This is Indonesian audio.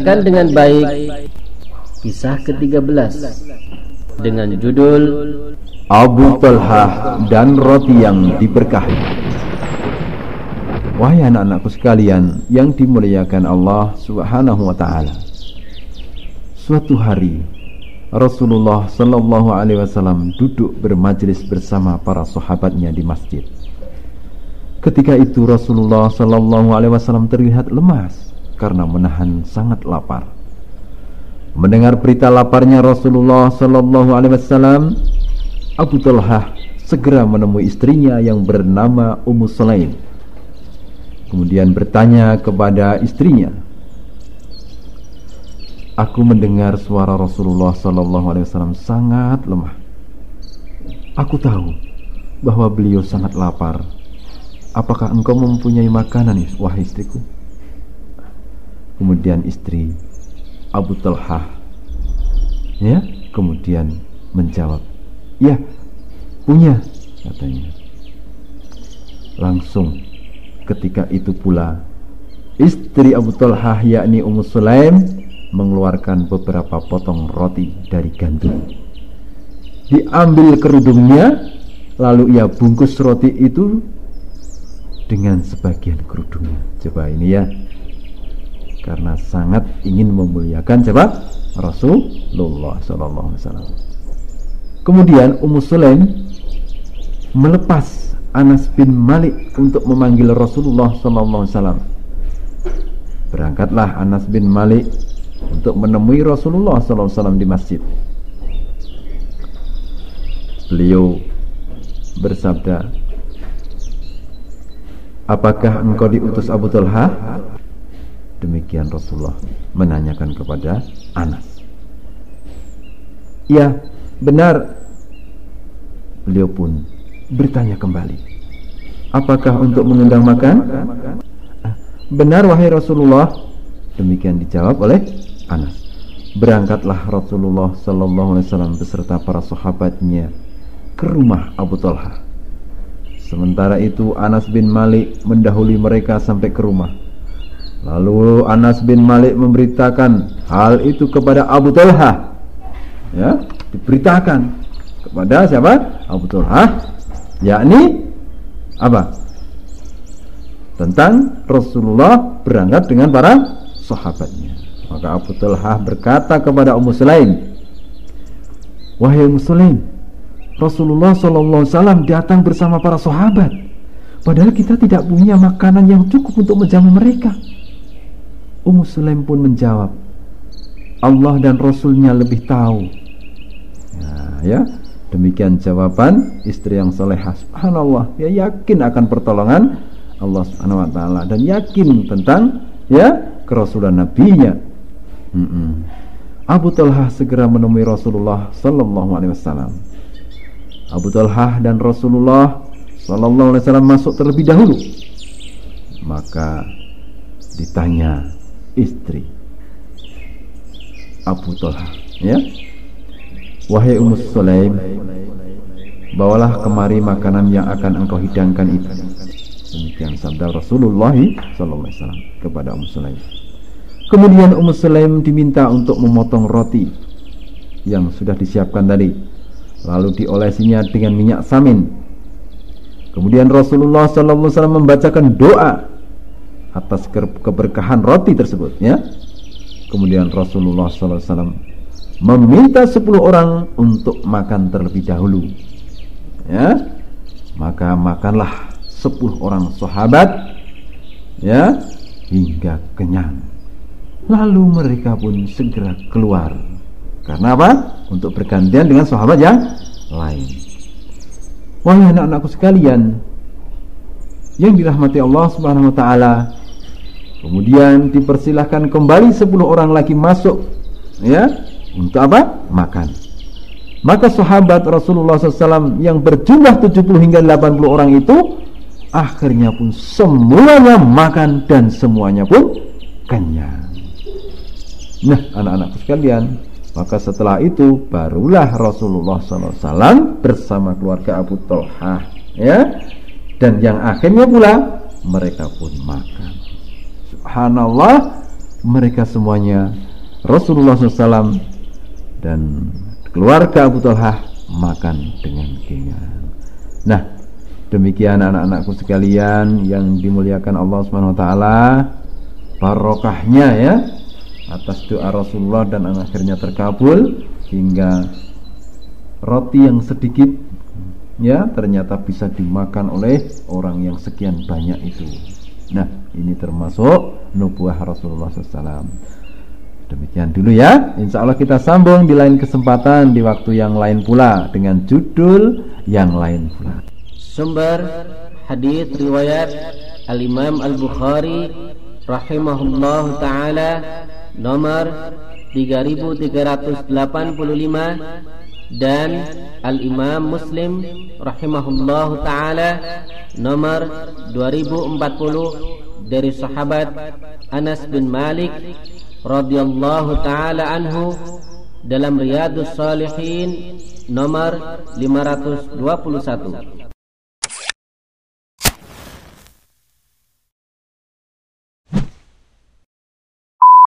Dengarkan dengan baik kisah ke-13 dengan judul Abu Talhah dan roti yang diberkahi. Wahai anak-anakku sekalian yang dimuliakan Allah Subhanahu wa taala. Suatu hari Rasulullah sallallahu alaihi wasallam duduk bermajlis bersama para sahabatnya di masjid. Ketika itu Rasulullah sallallahu alaihi wasallam terlihat lemas karena menahan sangat lapar. Mendengar berita laparnya Rasulullah sallallahu alaihi wasallam, Abu Talhah segera menemui istrinya yang bernama Ummu Sulaim. Kemudian bertanya kepada istrinya, "Aku mendengar suara Rasulullah sallallahu alaihi wasallam sangat lemah. Aku tahu bahwa beliau sangat lapar. Apakah engkau mempunyai makanan, wahai istriku?" Kemudian istri Abu Talhah kemudian menjawab, "Ya, punya," katanya. Langsung ketika itu pula istri Abu Talhah yakni Ummu Sulaim mengeluarkan beberapa potong roti dari gandum. Diambil kerudungnya, lalu ia bungkus roti itu dengan sebagian kerudungnya. Coba ini ya, karena sangat ingin memuliakan siapa? Rasulullah sallallahu alaihi wasallam. Kemudian Ummu Sulaim melepas Anas bin Malik untuk memanggil Rasulullah sallallahu alaihi wasallam. Berangkatlah Anas bin Malik untuk menemui Rasulullah sallallahu alaihi wasallam di masjid. Beliau bersabda, "Apakah engkau diutus Abu Talhah?" Demikian Rasulullah menanyakan kepada Anas. "Ya, benar." Beliau pun bertanya kembali, "Apakah untuk mengundang makan?" "Benar wahai Rasulullah." Demikian dijawab oleh Anas. Berangkatlah Rasulullah sallallahu alaihi wasallam beserta para sahabatnya ke rumah Abu Talhah. Sementara itu Anas bin Malik mendahului mereka sampai ke rumah. Lalu Anas bin Malik memberitakan hal itu kepada Abu Talhah. Diberitakan kepada siapa? Abu Talhah, yakni apa? Tentang Rasulullah berangkat dengan para sahabatnya. Maka Abu Talhah berkata kepada Ummu Sulaim, "Wahai Ummu Sulaim, Rasulullah sallallahu alaihi wasallam datang bersama para sahabat. Padahal kita tidak punya makanan yang cukup untuk menjamu mereka." Ummu Sulaim pun menjawab, "Allah dan Rasulnya lebih tahu." Demikian jawaban istri yang salehah. Subhanallah, yakin akan pertolongan Allah Subhanahu wa taala dan yakin tentang kerasulan nabinya. Abu Talhah segera menemui Rasulullah sallallahu alaihi wasallam. Abu Talhah dan Rasulullah sallallahu alaihi wasallam masuk terlebih dahulu. Maka ditanya istri Abu Talhah, "Wahai Ummu Sulaim, bawalah kemari makanan yang akan engkau hidangkan itu." Demikian sabda Rasulullah sallallahu alaihi wasallam kepada Ummu Sulaim. Kemudian Ummu Sulaim diminta untuk memotong roti yang sudah disiapkan tadi, lalu diolesinya dengan minyak samin. Kemudian Rasulullah sallallahu alaihi wasallam membacakan doa atas keberkahan roti tersebut. Kemudian Rasulullah sallallahu alaihi wasallam meminta 10 orang untuk makan terlebih dahulu. Maka makanlah 10 orang sahabat hingga kenyang. Lalu mereka pun segera keluar. Karena apa? Untuk bergantian dengan sahabat yang lain. Wahai anak-anakku sekalian yang dirahmati Allah Subhanahu wa taala, kemudian dipersilahkan kembali 10 orang lagi masuk untuk apa? Makan. Maka sahabat Rasulullah SAW yang berjumlah 70 hingga 80 orang itu akhirnya pun semuanya makan dan semuanya pun kenyang. Nah, anak-anakku sekalian, maka setelah itu barulah Rasulullah SAW bersama keluarga Abu Talhah dan yang akhirnya pula mereka pun makan. Subhanallah, mereka semuanya, Rasulullah SAW dan keluarga Abu Talhah, makan dengan kenyang. Nah, demikian anak-anakku sekalian yang dimuliakan Allah Subhanahu wa taala, barokahnya ya atas doa Rasulullah dan akhirnya terkabul, hingga roti yang sedikit ya ternyata bisa dimakan oleh orang yang sekian banyak itu. Nah, ini termasuk nubuah Rasulullah SAW. Demikian dulu ya. Insya Allah kita sambung di lain kesempatan, di waktu yang lain pula, dengan judul yang lain pula. Sumber hadis riwayat Al-Imam Al-Bukhari rahimahullah ta'ala nomor 3385, dan Al-Imam Muslim rahimahullah ta'ala nomor 2040 dari sahabat Anas bin Malik radhiyallahu ta'ala anhu dalam Riyadhus Shalihin nomor 521.